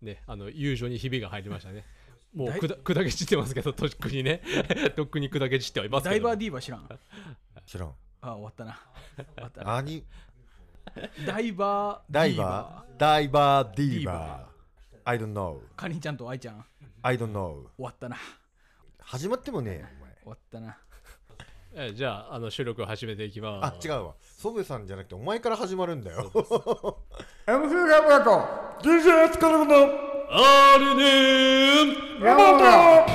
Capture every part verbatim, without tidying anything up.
ね、あの友情にひびが入りましたね。もうくだ砕け散ってますけど、とっくにねとっくに砕け散ってはいますけど。 ダイバーディーバー知らん知らん。 あ、終わったな終わったな。 何ダイバーダイディーババーダイバーディーディーババー I don't know ーかりんちゃんと愛ちゃん I don't know 終わったな始まってもねえよお前。 終わったな。 えじゃあ、あの収録を始めていきます。 あ、違うわ。ソブさんじゃなくてお前から始まるんだよ。 エムシー ガブラと ディージェー スカルブのあるねーヤマト。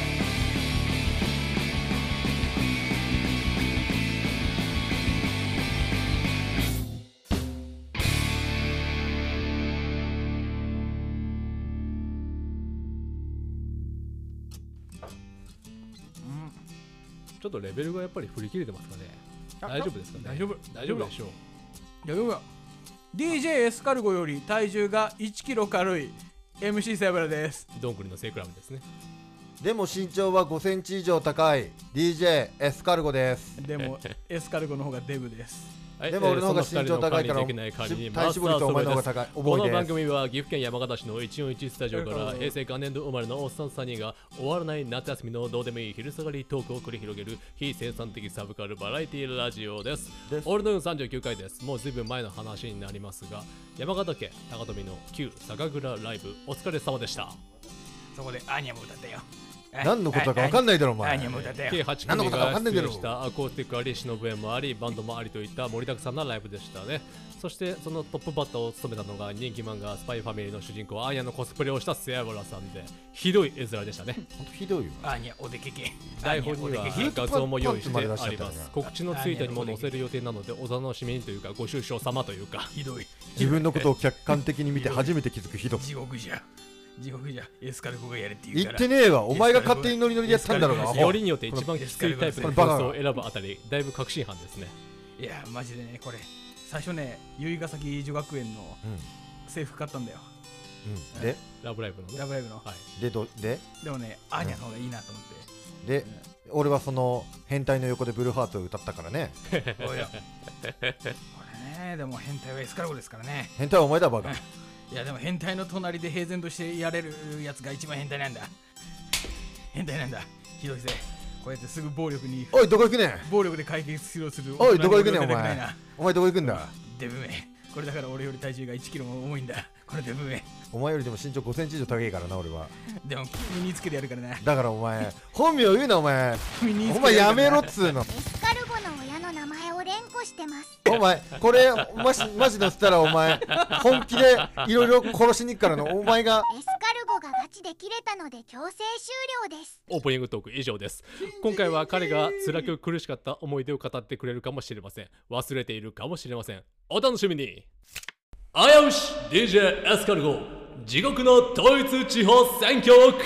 ちょっとレベルがやっぱり振り切れてますかね。大丈夫ですかね。 大丈夫大丈夫でしょう。 大丈夫よ。 ディージェー エスカルゴより体重がいちキロ軽い エムシー セブラです。 どんぐりのセイクラムですね。 でも身長はごセンチ以上高い ディージェー エスカルゴです。 でもエスカルゴの方がデブです。 はい、 でも俺の方が身長高いからえーその二人の管理できない代わりに体脂肪率お前の方が高い。 こ覚えです。 の番組は岐阜県山形市のいちよんいちスタジオからうん平成元年度生まれのおっさんさんにんが終わらない夏休みのどうでもいい昼下がりトークを繰り広げる非生産的サブカルバラエティラジオです。 ですオールドゥンさんじゅうきゅうかいです。もうずいぶん前の話になりますが、山形県高富の旧酒蔵ライブお疲れ様でした。 そこでアーニャも歌ったよ。 何のことだか分かんないだろおアーニ前。 ャも歌ったよ。 計はち何のことか組が分かんないだろ出演したアコースティックあり、忍笛もあり、バンドもありといった盛りだくさんなライブでしたね。そしてそのトップバッターを務めたのが人気漫画スパイファミリーの主人公アーニャのコスプレをしたセアブラさんで、ひどい絵面でしたね。 ほんとひどいよ。 アーニャおでけけ。 台本にはアーニャおでけけ画像も用意してありパンツまで出しちゃったよねます。告知のツイートにも載せる予定なので、お楽しみにというかご愁傷様というか。 ひどい。 自分のことを客観的に見て初めて気づくひど地獄じゃ。地獄じゃ。エスカルゴがやれって言う言から。 ってねえわ。お前が勝手にノリノリでやったんだろうが。アホよりによって一番きついタイプのこのバカ放送を選ぶあたり、だいぶ確信犯ですね。 いやマジでね、これ最初ね、結ヶ崎女学園のうん制服買ったんだよ。 うん。でラブライブのね。 ラブライブの。 はい。 でどででもね、アーニャの方がいいなと思って。 で俺はその変態の横でブルーハーツを歌ったからね。 おや。これね、でも変態はエスカルゴですからね。 変態はお前だバカ。 いやでも変態の隣で平然としてやれるやつが一番変態なんだ。変態なんだ。ひどいぜ。こうやってすぐ暴力においどこ行くねん。 暴力で解決しようとする。 おいどこ行くねんお大人に俺は出たくない前な。 お前どこ行くんだ。 デブめ。これだから俺より体重がいちキロも重いんだ。これデブめ。 お前よりでも身長ごセンチ以上高いからな俺は。 でも身につけてやるからな。 だからお前本名言うなお前。 身につけてお前やめろっるつうの。 エスカルゴの親の名前を連呼してます。 お前これマジマジのったらお前本気でいろいろ殺しに行くからのお前が。 エスカルゴがガチで切れたので強制終了です。 オープニングトーク以上です。今回は彼が辛く苦しかった思い出を語ってくれるかもしれません。忘れているかもしれません。お楽しみに。あやうし ディージェー エスカルゴ地獄の統一地方選挙を語れ。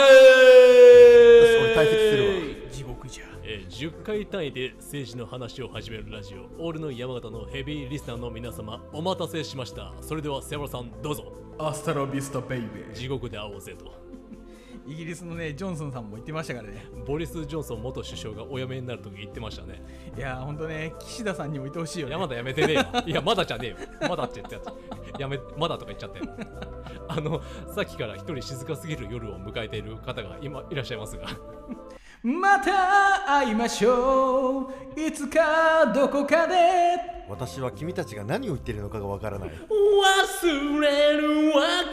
俺退席するわ。 地獄じゃ。 えー、じゅっかい単位で政治の話を始めるラジオオールの山形のヘビーリスナーの皆様お待たせしました。それではセブラさんどうぞ。 アスタラビスタベイベー。 地獄で会おうぜと。 イギリスのね、ジョンソンさんも言ってましたからね。 ボリス・ジョンソン元首相がお辞めになるとき言ってましたね。 いやーほんとね、岸田さんにも言ってほしいよね。 いやまだやめてねえよ。いやまだじゃねえよ。まだって言ってやつ。やめまだとか言っちゃって。あのさっきから一人静かすぎる夜を迎えている方が今いらっしゃいますが。 また会いましょう。いつかどこかで。 私は君たちが何を言っているのかがわからない。 忘れるわけないだろ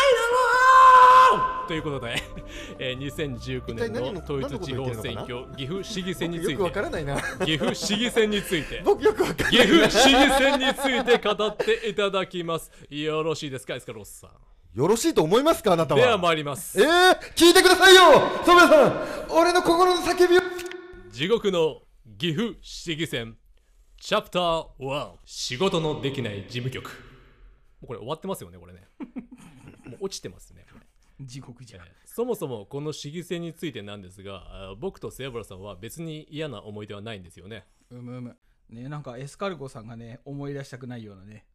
うということで、えー、にせんじゅうきゅうねんの統一地方選挙岐阜市議選についよくわてからないな。 岐阜市議選について僕よくわかんない。 岐阜市議選について語っていただきます。よろしいですかエスカロスさん。 よろしいと思いますかあなたは。 では参ります。 えー、聞いてくださいよソメさん。俺の心の叫びを。 地獄の岐阜市議選チャプターワン仕事のできない事務局。もうこれ終わってますよねこれね。もう落ちてますねこれ。 地獄じゃ。 そもそもこの市議選についてなんですが、僕とセアブラさんは別に嫌な思い出はないんですよね。 うむうむ。ね、なんかエスカルゴさんがね、思い出したくないようなね、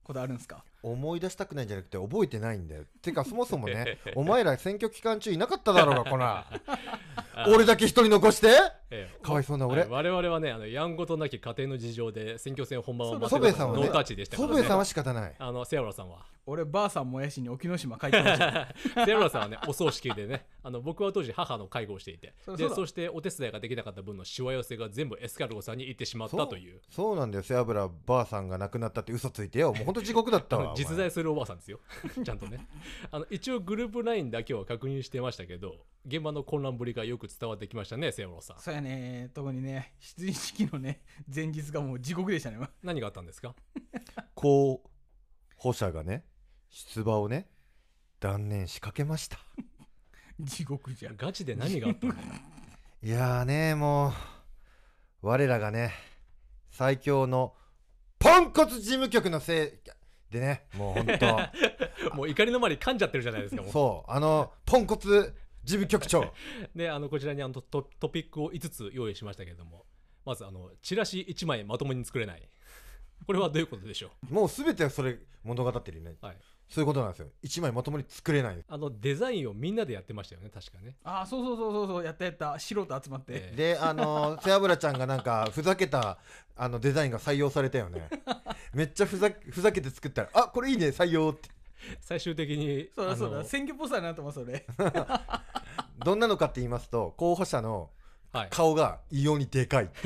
ことあるんですか？ 思い出したくないんじゃなくて覚えてないんだよ。てかそもそもねお前ら選挙期間中いなかっただろうがこら俺だけ一人残して、 ええかわいそうな俺、 はい我々はねあのやんごとなき家庭の事情で選挙戦本番を待祖って父江さんはねノータッチでしたからね。 祖父江さんは仕方ない。 あのセアロラさんは俺ばあさんもやしに沖ノ島帰ってましたセアロラさんはねお葬式でねあの僕は当時母の介護をしていてそうそうだでそしてお手伝いができなかった分のしわ寄せが全部エスカルゴさんに行ってしまったというそうなんだよ。背脂ばあさんが亡くなったって嘘ついてよ。もうほんと地獄だったわ。 実在するおばあさんですよちゃんとねあの一応グループラインだけは確認してましたけど現場の混乱ぶりがよく伝わってきましたねセアロラさん。 そうやね、特にね出陣式のね前日がもう地獄でしたね何があったんですか？ 候補者がね出馬をね断念しかけました。 地獄じゃん。 ガチで何があったの？ いやーねもう我らがね最強のポンコツ事務局のせいでねもうほんともう怒りの前に噛んじゃってるじゃないですかもう。 そうあのポンコツ事務局長であのこちらにあのトトピックをいつつ用意しましたけれども、まずあのチラシいちまいまともに作れない、これはどういうことでしょもうすべてそれ物語ってるよね。 う？はい、 そういうことなんですよ。一枚まともに作れない。 あのデザインをみんなでやってましたよね確かね。 ああそうそうそうそうそうやったやった素人集まって、 ええであの背脂ちゃんがなんかふざけたあのデザインが採用されたよねめっちゃふざふざけて作ったらあこれいいね採用って最終的にそうだそうだあの選挙ポスターになってますそれどんなのかって言いますと候補者のはい顔が異様にでかい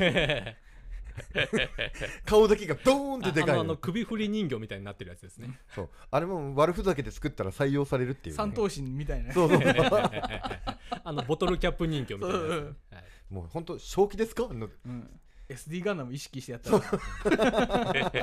顔だけがドーンってでかいのあのあの首振り人形みたいになってるやつですねそうあれも悪ふざけて作ったら採用されるっていう、ね、 三頭身みたいなそうそうあのボトルキャップ人形みたいなやつ、ねそうはいもう本当正気ですかのうん、エスディー ガンダム意識してやったら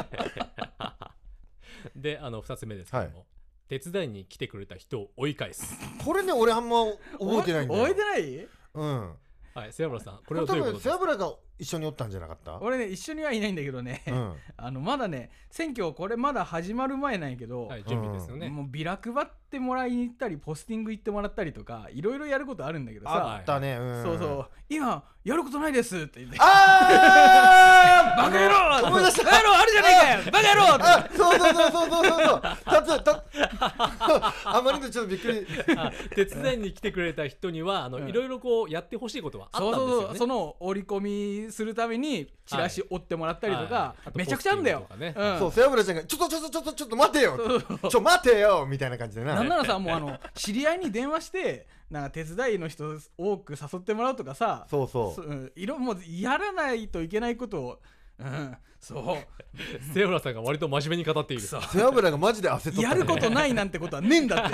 であのふたつめですけども、 はい手伝いに来てくれた人を追い返す。 これね俺あんま覚えてないんだよ覚えてないうんはい背脂さんここれれはどういう多分背ことですか？ 脂が一緒におったんじゃなかった俺ね一緒にはいないんだけどね、 うんあのまだね選挙これまだ始まる前なんやけど、 はい準備ですよね、 もうビラ配ってもらいに行ったりポスティング行ってもらったりとかいろいろやることあるんだけどさ、 あったね、うん、 そうそう今やることないですって言ってあーバカ野郎思い出したバカ野郎あるじゃねえかよバカ野郎ってあそうそうそうそうそうそうそうたつたあまりにちょっとびっくりあ手伝いに来てくれた人にはあの、 うんいろいろこうやってほしいことはあったんですそうそうそうよね。 その折り込みするためにチラシ折ってもらったりとか、 はいあとめちゃくちゃあるんだよポスティングとかねうんそう背脂ちゃんがちょっとちょっとちょっとちょっと待てよちょ待てよみたいな感じでななんならさもうあの知り合いに電話してなんか手伝いの人多く誘ってもらうとかさそうそうそうんいろもうやらないといけないことをうんそう背脂さんが割と真面目に語っている。 そう背脂がマジで焦っとった、ね、 やることないなんてことはねえんだって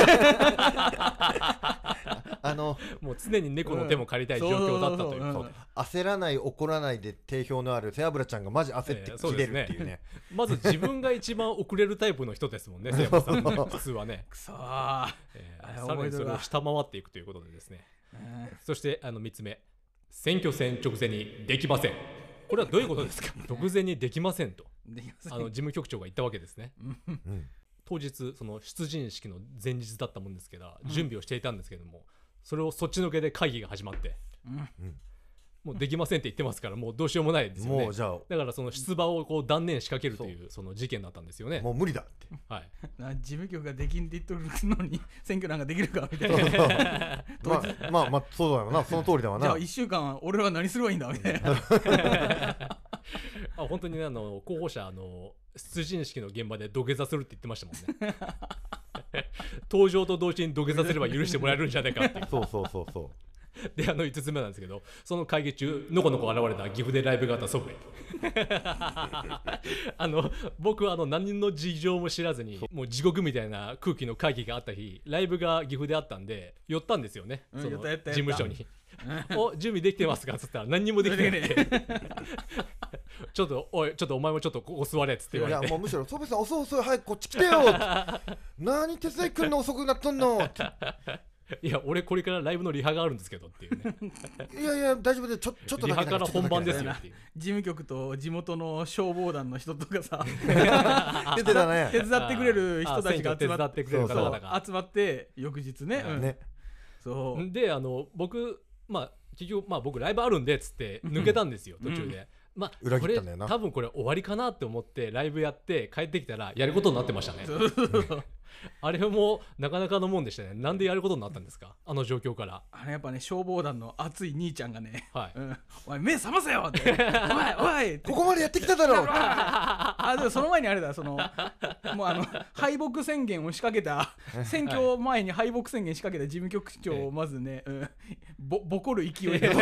あのもう常に猫の手も借りたい状況だったといううんそう焦らない怒らないで定評のある背脂ちゃんがマジ焦ってええそう切ですねれるっていうねまず自分が一番遅れるタイプの人ですもんね背脂さん普通はね、 くそーえあーさらにそれを下回っていくということでですね。そしてあのみっつめ選挙戦直前にできません。これはどういうことですか？直前にできませんとできませんあの事務局長が言ったわけですね。 うん当日その出陣式の前日だったもんですけど、準備をしていたんですけどもそれをそっちのけで会議が始まって、 うんもうできませんって言ってますからもうどうしようもないですよね。 もうじゃあだからその出馬をこう断念しかけるというその事件だったんですよね。 もう無理だってはい、 な事務局ができんって言っとるのに選挙なんかできるかみたいなまあまあまあそうだよなその通りだわなじゃあいっしゅうかん俺は何すればいいんだみたいなあ本当にねあの候補者あの出陣式の現場で土下座するって言ってましたもんね登場と同時に土下座すれば許してもらえるんじゃないかっていうそうそうそうそうであのいつつめなんですけどその会議中のこのこ現れた岐阜でライブがあった祖父江あの僕はあの何の事情も知らずにもう地獄みたいな空気の会議があった日ライブが岐阜であったんで寄ったんですよね、 うんその寄った寄った事務所にお準備できてますかっつったら何にもできてないちょっとおいちょっとお前もちょっとここ座れっつってい言われてやもうむしろ「ソベさん遅い遅い早くこっち来てよ」何手伝い来んの遅くなっとんのっていや俺これからライブのリハがあるんですけどっていうねいやいや大丈夫でちょちょっとリだけハから本番ですよなっていう事務局と地元の消防団の人とかさ出てたね手伝ってくれる人たちが集まっあ選挙手伝っててくれる方々が集まって翌日ね、うんねそうであの僕まあ結局まあ僕ライブあるんでっつって抜けたんですよ途中でまあ裏切ったんだよな。 これ多分これ終わりかなって思ってライブやって帰ってきたらやることになってましたね。あれもなかなかのもんでしたね。なんでやることになったんですか、あの状況から。 あれやっぱね、消防団の熱い兄ちゃんがね、 はい、 うん、お前目覚ませよっておいおいってここまでやってきただろうあ、でもその前にあれだ、そのもうあの敗北宣言を仕掛けた選挙前に敗北宣言仕掛けた事務局長をまずね、うん、ぼボコる勢いでおいてめ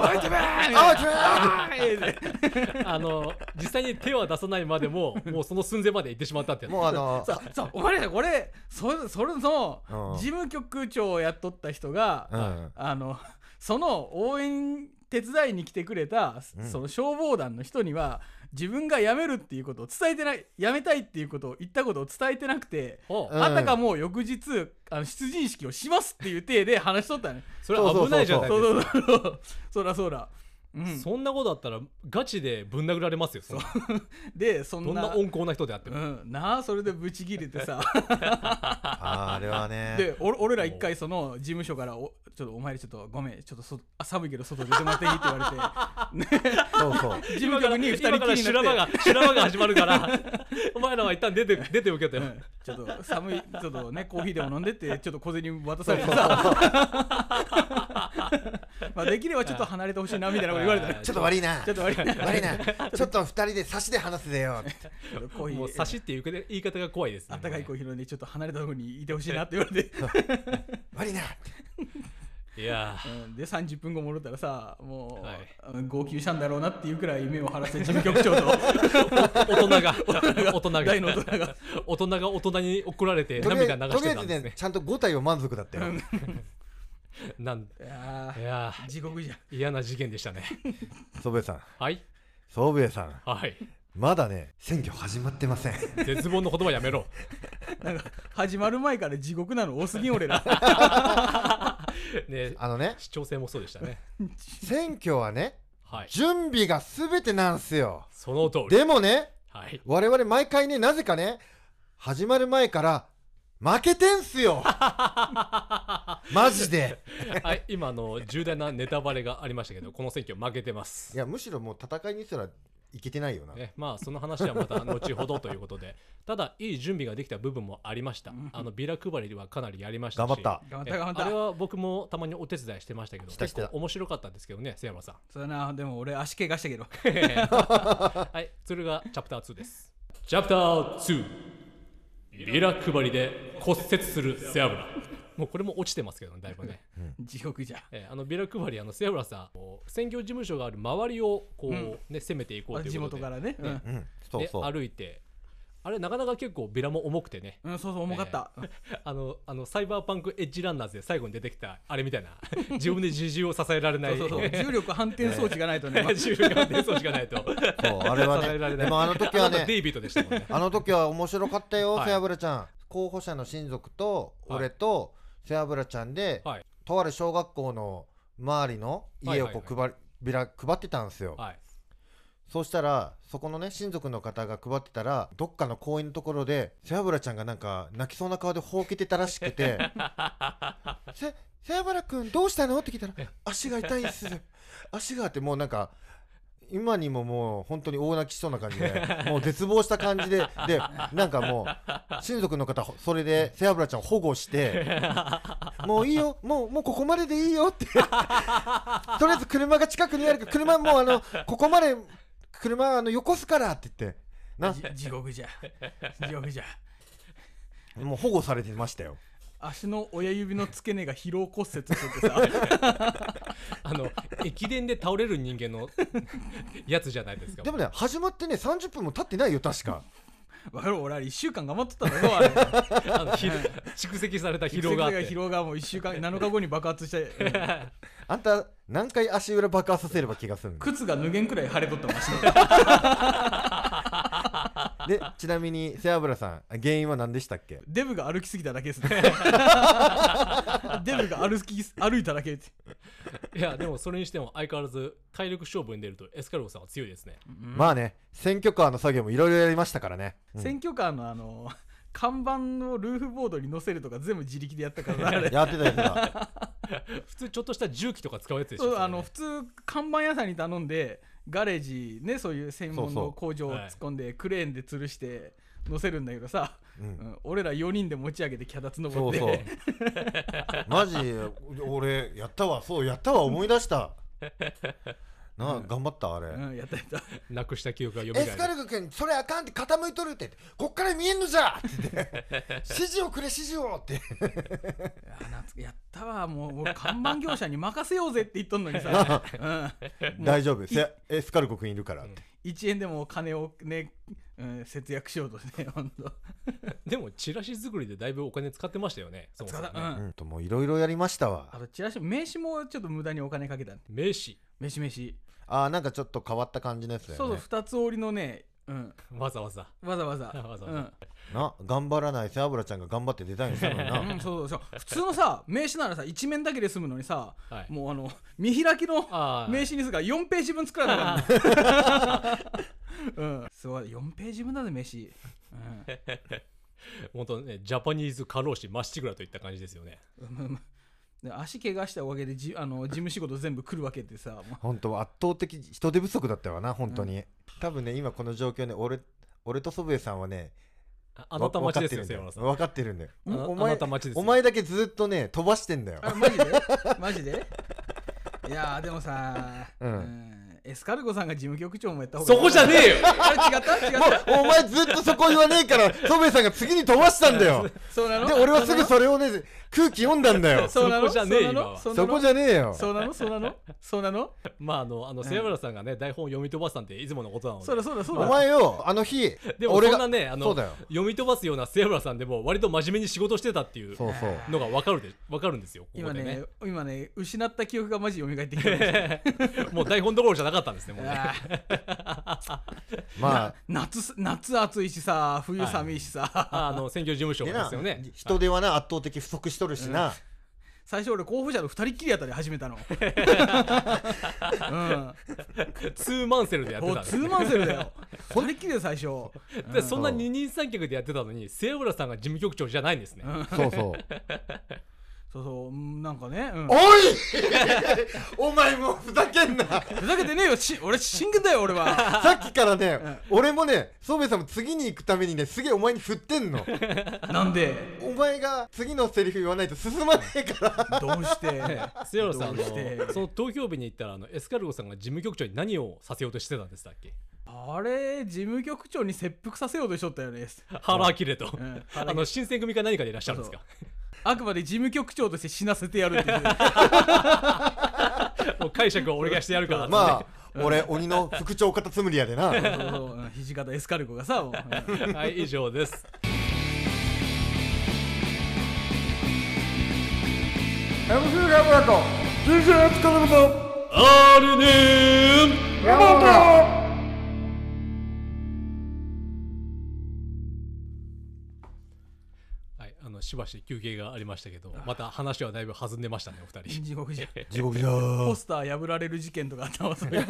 ーあの実際に手は出さないまでももうその寸前まで行ってしまったってもうあのそうそうお前らこれそ, それの事務局長をやっとった人が、うん、あのその応援手伝いに来てくれた、うん、その消防団の人には自分が辞めるっていうことを伝えてない、辞めたいっていうことを言ったことを伝えてなくて、うん、あたかも翌日あの出陣式をしますっていう体で話しとったね。 それは危ないじゃないですか。 そうそうそうそうそらそら、うん、そんなことだったらガチでぶん殴られますよ。そでそんなどんな温厚な人であっても、 うん、なあそれでブチ切れてさあ, あれはねでお俺ら一回その事務所からおちょっとお前ちょっとごめんちょっとそあ寒いけど外出てもらっていいって言われて、ね、そうそう事務局にふたりきりになって今から修羅場が修羅場が始まるからお前らは一旦出て出ておけとよ、うん、 ちょっと寒いちょっとねコーヒーでも飲んでってちょっと小銭渡されてさまあできればちょっと離れてほしいなみたいなこと言われたらちょっと悪いなちょっと悪いな悪いなちょっとふたりで差しで話すでよコーヒーもう差しっていう言い方が怖いですね。 あったかいコーヒー飲んでちょっと離れたところにいてほしいなって言われて悪いな。 いや、 うん、でさんじゅっぷんご戻ったらさもう、はい、号泣したんだろうなっていうくらい目を晴らして事務局長と大人が大人が大の大人が大人が大人に怒られて涙流してたんですね。 とりあえずねちゃんとご体は満足だったよなんいやいや地獄じゃん。 嫌な事件でしたね。 宗兵衛さん、 はい宗兵衛さん、 はい、 まだね選挙始まってません。 絶望の言葉やめろ。 なんか始まる前から地獄なの多すぎん俺らね、 あのね市長選もそうでしたね。 選挙はね、 はい、 準備が全てなんすよ。 その通りでもね、 はい、 我々毎回ねなぜかね始まる前から負けてんすよマジではい、今の重大なネタバレがありましたけどこの選挙負けてます。 いやむしろもう戦いにすらいけてないよな、 ね、まあその話はまた後ほどということでただいい準備ができた部分もありました。あのビラ配りはかなりやりましたし頑張った頑張った頑張った。 あれは僕もたまにお手伝いしてましたけど結構面白かったですけどね。瀬山さんそうだな。でも俺足怪我したけどはいそれがチャプターツーです。チャプターツービラ配りで骨折する背脂。もうこれも落ちてますけど、ね、だいぶね、 うん、地獄じゃ、 えー、あのビラ配りあの背脂さん選挙事務所がある周りをこう、ねうん、攻めていこうということで地元からね、うんねうん、そうそうで歩いてあれなかなか結構ビラも重くてね、 うん、そうそう重かった、 えー、あのあのサイバーパンクエッジランナーズで最後に出てきたあれみたいな自分で自重を支えられないそうそうそう重力反転装置がないとね重力反転装置がないとそうあれはねでもあの時はねデイビッドでしたもんね。 あの時は面白かったよ、 はい、 背脂ちゃん候補者の親族と俺と背脂ちゃんで、はい、とある小学校の周りの家をこう配り、ビラ配ってたんですよ、はい、そうしたらそこのね親族の方が配ってたらどっかの公園のところで背脂ちゃんがなんか泣きそうな顔でほうけてたらしくてせ背脂くんどうしたのって聞いたら足が痛いっす足がってもうなんか今にももう本当に大泣きしそうな感じでもう絶望した感じででなんかもう親族の方それで背脂ちゃんを保護してもういいよもうもうここまででいいよってとりあえず車が近くにあるから車もうあのここまで車あのよこすからって言ってな地獄じゃ地獄じゃもう保護されてましたよ。 足の親指の付け根が疲労骨折しててさあの駅伝で倒れる人間のやつじゃないですか。 でもね始まってねさんじゅっぷんも経ってないよ確か。 わかる俺あれいっしゅうかん頑張ってたんだぞあれあの蓄積された疲労があって疲労がもういっしゅうかんなのかごに爆発して、うん、 あんた何回足裏爆発させれば気がするの。 靴が脱げんくらい腫れとったましでちなみに背脂さん原因は何でしたっけ。 デブが歩きすぎただけですねデブが歩き歩いただけって。 いやでもそれにしても相変わらず体力勝負に出るとエスカルゴさんは強いですね、 うん、まあね選挙カーの作業もいろいろやりましたからね、 うん、選挙カーのあの看板のルーフボードに載せるとか全部自力でやったからあれやってたやってた普通ちょっとした重機とか使うやつでしょ。 そうあの普通看板屋さんに頼んでガレージね、そういう専門の工場を突っ込んでクレーンで吊るして乗せるんだけどさ、うんうん、俺らよにんで持ち上げて脚立登ってそうそうマジ俺やったわ、そうやったわ、思い出したなあ、うん、頑張ったあれ、 うん、やったやったなくした記憶がよみがえる。 エスカルゴ君それあかんって傾いとるってこっから見えんのじゃって指示をくれ指示をってや, やったわ、もう看板業者に任せようぜって言っとんのにさ、 うん、大丈夫エスカルゴ君いるからって、 うん、いちえんでも金をね、うん、節約しようとして本当でもチラシ作りでだいぶお金使ってましたよね。そうそうね、 うん、ともういろいろやりましたわ。 あとチラシ名刺もちょっと無駄にお金かけた。 名刺名刺名刺あーなんかちょっと変わった感じですよね。 そうそうふたつ折りのね、うん、 わざわざわざわざわざわざ、 うん、 な頑張らない背脂ちゃんが頑張ってデザインしたのにな、 うん、そうそう普通のさ名刺ならさ一面だけで済むのにさ、はい、もうあの見開きの名刺にすがよんページ分作らなかったうん、すごいよんページ分だね名刺、うん、 本当ねジャパニーズ過労死まっしぐらといった感じですよね足怪我したおかげでじあの事務仕事全部来るわけってさ、 本当圧倒的人手不足だったわな本当に、うん、多分ね今この状況ね俺俺と祖父江さんはねあなた待ちですよ瀬山さん分かってるんだよ。 お前お前だけずっとね飛ばしてんだよ。 あマジでマジでいやでもさ、うんうんエスカルゴさんが事務局長もやった方がいい。 そこじゃねえよあれ違った違ったお前ずっとそこ言わねえから祖父江さんが次に飛ばしたんだよそうなの。 で俺はすぐそれをね空気読んだんだよそうなのそこじゃねえよそこじゃねえよそうなのそうなのそうなのまああのあの瀬村さんがね、うん、台本を読み飛ばしたんていつものことなのでそうだそうだそうだお前よあの日でも俺そんなねあの読み飛ばすような瀬村さんでも割と真面目に仕事してたっていうのが分かるで分かるんですよここでね。 今ね今ね失った記憶がマジ蘇ってきたもう台本どころじゃなかったんですねもうねまあ夏夏暑いしさ冬寒いしさ、はい、 あの選挙事務所ですよね。 人手はな圧倒的不足しとるしな、うん、 最初俺候補者のふたりっきりやったで始めたの、うん、 ツーマンセルでやってたのツーマンセルだよふたりっきりで最初、 で、うん、そんな二人三脚でやってたのに瀬村さんが事務局長じゃないんですね、 うん、そうそうそうそうなんかね、うん、 おいお前もうふざけんなふざけてねえよし俺真剣だよ俺はさっきからね、うん、俺もね宗兵衛さんも次に行くためにねすげえお前に振ってんのなんでお前が次のセリフ言わないと進まないからどうして瀬村さんのその投票日に行ったらあのエスカルゴさんが事務局長に何をさせようとしてたんでしたっけ。 あれ事務局長に切腹させようとしとったよね腹切れと、うん、あの新選組か何かでいらっしゃるんですか。 あくまで事務局長として死なせてやるっていうもう解釈を俺がしてやるから、ね、 まあ、うん、俺鬼の副長カタツムリやでなそうそうそう土方エスカルゴがさ、うん、 はい以上です。 エムシー ガブラと ディージェー エスカルゴとアルネーム山本しばし休憩がありましたけどまた話はだいぶ弾んでましたねお二人。 地獄じゃ地獄じゃポスター破られる事件とかあったわそれ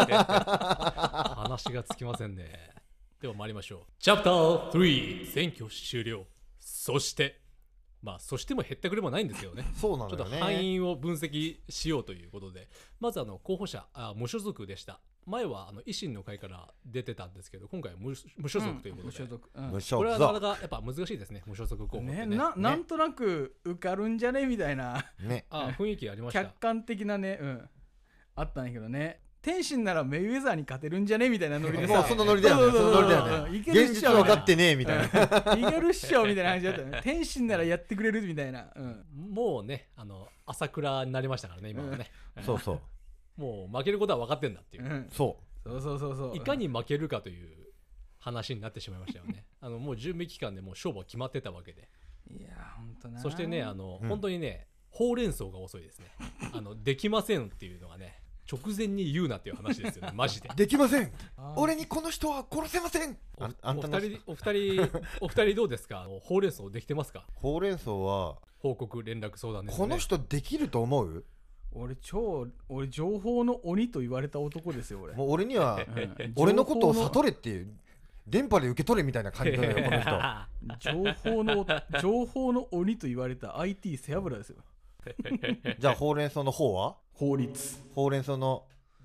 話がつきませんね。では参りましょう。チャプタースリー選挙終了。そしてまあそしても減ったくれもないんですけどねそうなのよね。 ちょっと範囲を分析しようということでまずあの候補者あ無所属でした。前はあの維新の会から出てたんですけど今回は 無, 無所属ということで、うん無所属うん、無所属これはなかなかやっぱ難しいですね無所属候補ってね。 ね な, なんとなく受かるんじゃねみたいな、 ね、あ雰囲気ありました。 客観的なね、うん、あったんだけどね天心ならメイウェザーに勝てるんじゃねみたいなノリでさもうそのノリだよねそのノリだよね現実分かってねえみたいないけるっしょみたいな感じだったね天心ならやってくれるみたいな、うん、 もうねあの朝倉になりましたからね今はね、 うん、そうそうもう負けることは分かってんだっていう、うん、 そうそうそうそうそういかに負けるかという話になってしまいましたよねあのもう準備期間でもう勝負は決まってたわけでいやほんとな。 そしてねあの、 うん、 本当にねほうれん草が遅いですねあのできませんっていうのがね直前に言うなっていう話ですよねマジでできません俺にこの人は殺せません。 お, お二人お二人お二人どうですかほうれん草できてますか。 ほうれん草は報告連絡相談ですね。 この人できると思う。 俺超俺情報の鬼と言われた男ですよ俺。 もう俺には、うん、俺のことを悟れっていう電波で受け取れみたいな感じだよこの人情報の情報の鬼と言われた アイティー 背脂ですよじゃあほうれん草の方は法律ほうれん草の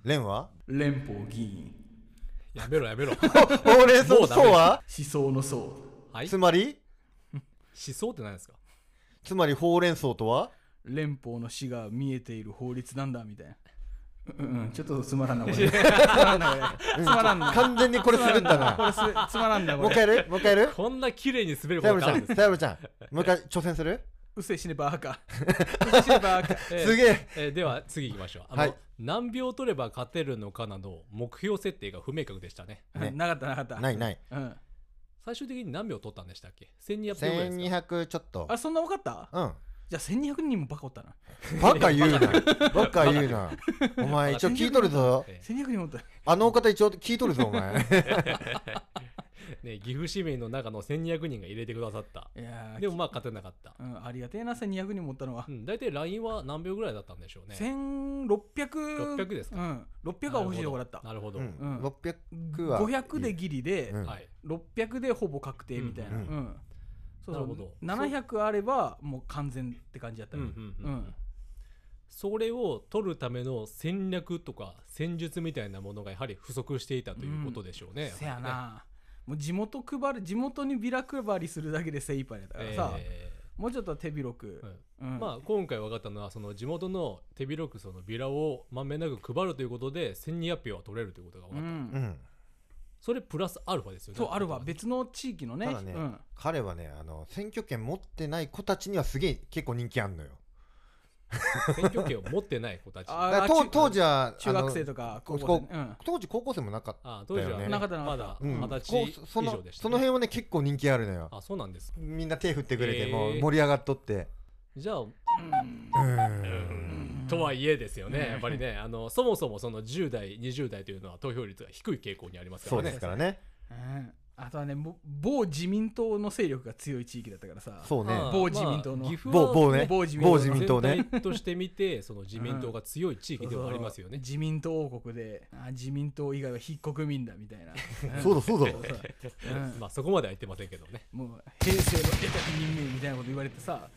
連は連邦議員。 やめろやめろ。 ほうれん草とそうは思想の層。 はい。 つまり思想って何ですか？ つまりほうれん草とは連邦の死が見えている法律なんだみたいな。うんうん、ちょっとつまらんなこれ。つまらんなこれ。つまらんな。 完全にこれ滑ったな。 これすつまらんなこれ。 もう一回やるもう一回やるこんな綺麗に滑るさやことあるんです。 ぶちゃんさやぶちゃんもう一回挑戦するうっせ死ねばーか。うっせ死ねばーか。 えーすげええーでは次行きましょう。あの、 はい何秒取れば勝てるのかなど目標設定が不明確でしたね。 ねなかったなかった。 ないないうん。 最終的に何秒取ったんでしたっけ？せんにひゃく秒ぐらいですか？ せんにひゃくちょっとあ、そんな分かった？ うんじゃあせんにひゃくにんもバカおったな。 バカ言うなバカ言うなお前一応聞いとるぞえせんにひゃくにんもおった。 あのお方一応聞いとるぞお前ーね、岐阜市民の中のせんにひゃくにんが入れてくださった。 いやーでもまあ勝てなかった。 うん、ありがてえなせんにひゃくにんもおったのはう。ん、大体 ライン は何秒ぐらいだったんでしょうね。 せんろっぴゃく。 ろっぴゃくですか？ うん。ろっぴゃくは欲しいところだった。 なるほど。 うなるほどんろっぴゃくはごひゃくでギリで、 うんはい。 ろっぴゃくでほぼ確定みたいな。 ううんん。そうそうなるほどななひゃくあればもう完全って感じだったよ。 うんうんうんうん。 それを取るための戦略とか戦術みたいなものがやはり不足していたということでしょうね。 せやな。もう地元配る地元にビラ配りするだけで精一杯だからさ、 えもうちょっと手広く、 うんうんまあ今回分かったのはその地元の手広くそのビラをまんべんなく配るということでせんにひゃく票は取れるということが分うかった、 ん、 うんそれプラスアルファですよね。 そうあるわ別の地域のねただねうん、 彼はねあの選挙権持ってない子たちにはすげえ結構人気あんのよ選挙権を持ってない子たち。 あだから当中当時は中学生あのとかこ高校生、うん、 当時高校生もなかっあ当時はだよねなかったなかまっただた、うん二十歳こ以うその上でした、ね、 その辺はね結構人気あるのよあそうなんです。 みんな手振ってくれて、 えーもう盛り上がっとってじゃあ、 うーんとはいえですよね、やっぱりねあのそもそもそのじゅう代にじゅう代というのは投票率が低い傾向にありますかそうらね。 ですからねうんあとはねも某自民党の勢力が強い地域だったからさそうねああ某自民党のまあ岐阜は某某ね某自民某自民党ね全体として見てその自民党が強い地域ではありますよね。 自民党王国であ自民党以外は非国民だみたいなそうだそうだそうそううんまあそこまでは言ってませんけどね。 もう平成の得た人命みたいなこと言われてさ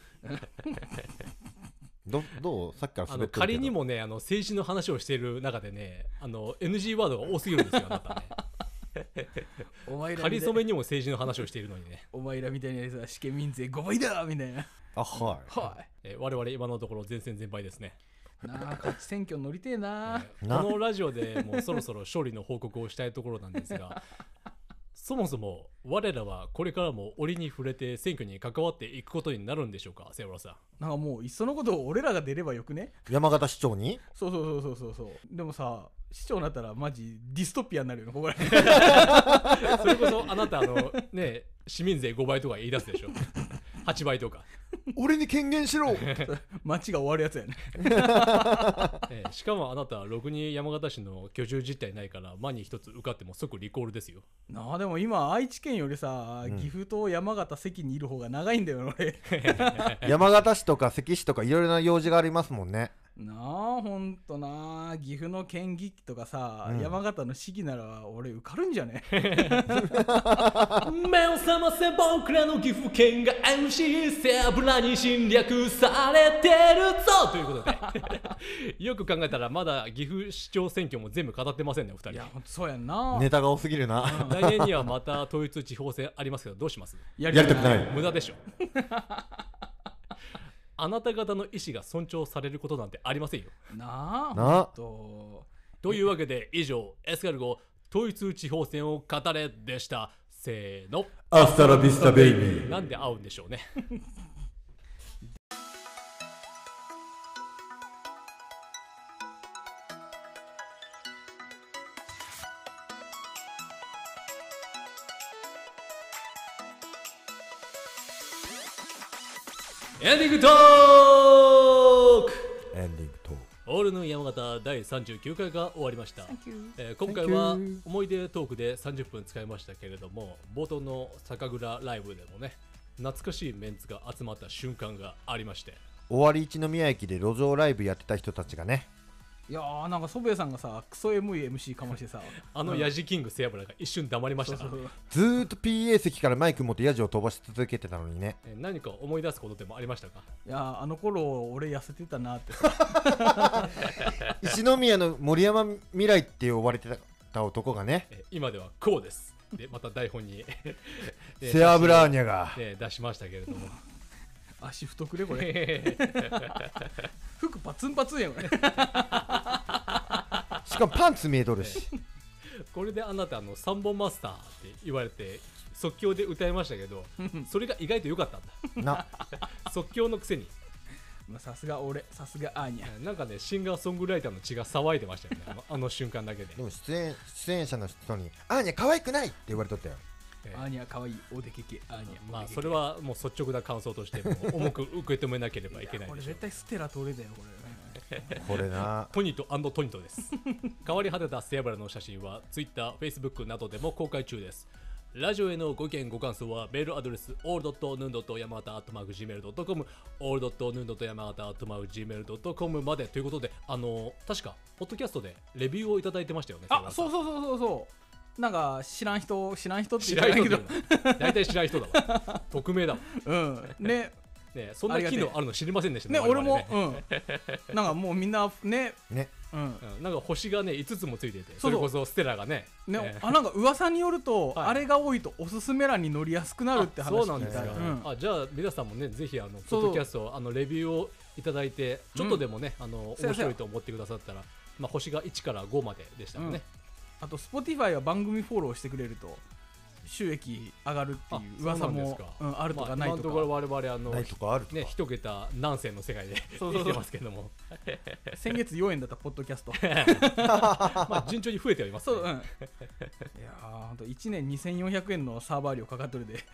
どどうさっきからあの滑ってるけど仮にもねあの政治の話をしている中でねあの エヌジー ワードが多すぎるんですよあなたね。 お前ら仮みたい初めにも政治の話をしているのにね、 お前らみたいなやつは試験民税ごばいだみたいなあはいはえー我々今のところ全戦全敗ですね。 いなあ勝ち選挙乗りてえなえーなこのラジオでもうそろそろ勝利の報告をしたいところなんですがそもそも我らはこれからも折に触れて選挙に関わっていくことになるんでしょうか。瀬浦さんなんかもういっそのことを俺らが出ればよくね。 山形市長にそうそうそうそうそうそうでもさ市長になったらマジディストピアになるよねここらそれこそあなたあのね市民税ごばいとか言い出すでしょはちばいとか、 俺に権限しろ街が終わるやつやねえーしかもあなたろくに山形市の居住実態ないからマニ一つ受かっても即リコールですよ。 なあでも今愛知県よりさ、 うん岐阜と山形関にいる方が長いんだよ俺山形市とか関市とかいろいろな用事がありますもんねなあほんとなあ岐阜の県議とかさ、 うん山形の市議なら俺受かるんじゃね目を覚ませ僕らの岐阜県が エムシー 背脂に侵略されてるぞということでよく考えたらまだ岐阜市長選挙も全部語ってませんねお二人。 いやほんとそうやんな、 ネタが多すぎるな来年にはまた統一地方選ありますけどどうします？ ややりたくない無駄でしょあなた方の意思が尊重されることなんてありませんよ。 なあなあほんとというわけで以上エスカルゴ統一地方選を語れでした。せーのアスタラビスタベイビー。 なんで合うんでしょうねエンディングトークエンディングトークオールヌー山形だいさんじゅうきゅうかいが終わりました。えー今回は思い出トークでさんじゅっぷん使いましたけれども冒頭の酒蔵ライブでもね懐かしいメンツが集まった瞬間がありまして終わり一宮駅で路上ライブやってた人たちがねいやーなんか祖父江さんがさクソエムい エムシー かましてさあのヤジキング背脂が一瞬黙りましたから、ね、 ずーっと ピーエー 席からマイク持ってヤジを飛ばし続けてたのにね。 え何か思い出すことでもありましたか？ いやあの頃俺痩せてたなって一宮の森山未来って呼ばれてた男がね、 え今ではこうですでまた台本に背脂ーニャが、 ね、出しましたけれども足太くれこれ服パツンパツンやんこれしかもパンツ見えとるしこれであなたあのサンボマスターって言われて即興で歌いましたけどそれが意外と良かったんだな即興のくせにさすが俺さすがアーニャなんかねシンガーソングライターの血が騒いでましたよねあの、あの瞬間だけで。 でも出演出演者の人にアーニャ可愛くないって言われとったよ。 えー、アーニャ可愛いおでけけアーニャ、 まあそれはもう率直な感想としても重く受け止めなければいけないでしょう。 これ絶対ステラ取れだよこれこれなトニーとトニートです変わり果てた背脂の写真は Twitter、Facebook などでも公開中です。ラジオへのご意見ご感想はメールアドレス オールドットヌーンドットヤマガタアットマークジーメールドットコム オールドットヌーンドットヤマガタアットマークジーメールドットコムまでということで、あの確かポッドキャストでレビューをいただいてましたよね。 あ、そうそうそうそうそうなんか知らん人知らん人って言ってないけど大体知らん人だわ匿名だわうんねねそんな機能あるの知りませんでしたね。ね俺も、ね、うんなんかもうみんなねねうん、 なんか星がねいつつもついてて、それこそステラがねね、あなんか噂によると、はい、あれが多いとおすすめ欄に乗りやすくなるって話そうなんですよ、うん、あじゃあ皆さんもねぜひあのポッドキャストあのレビューをいただいてちょっとでもね、うん、あの面白いと思ってくださったら、まあ、星がいちからごまででしたよね、 うん、あと Spotify は番組フォローしてくれると収益上がるっていう噂も あ,、うん、あるとかないとか、 まあ、今のところ我々あのないとかあるとか、 ね、一桁何千の世界で生きてますけども先月よえんだったポッドキャストまあ順調に増えてはいますね。そう、うん、いやーほんといちねんにせんよんひゃくえんのサーバー料かかっとるで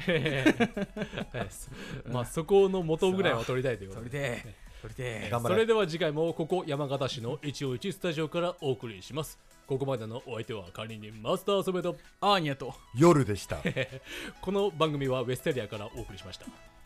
まあそこの元ぐらいは取りたいということで、取りてそれでは次回もここ山形市のいちおいちスタジオからお送りします。ここまでのお相手は管理人マスターソメとアーニャと夜でしたこの番組はウェステリアからお送りしました。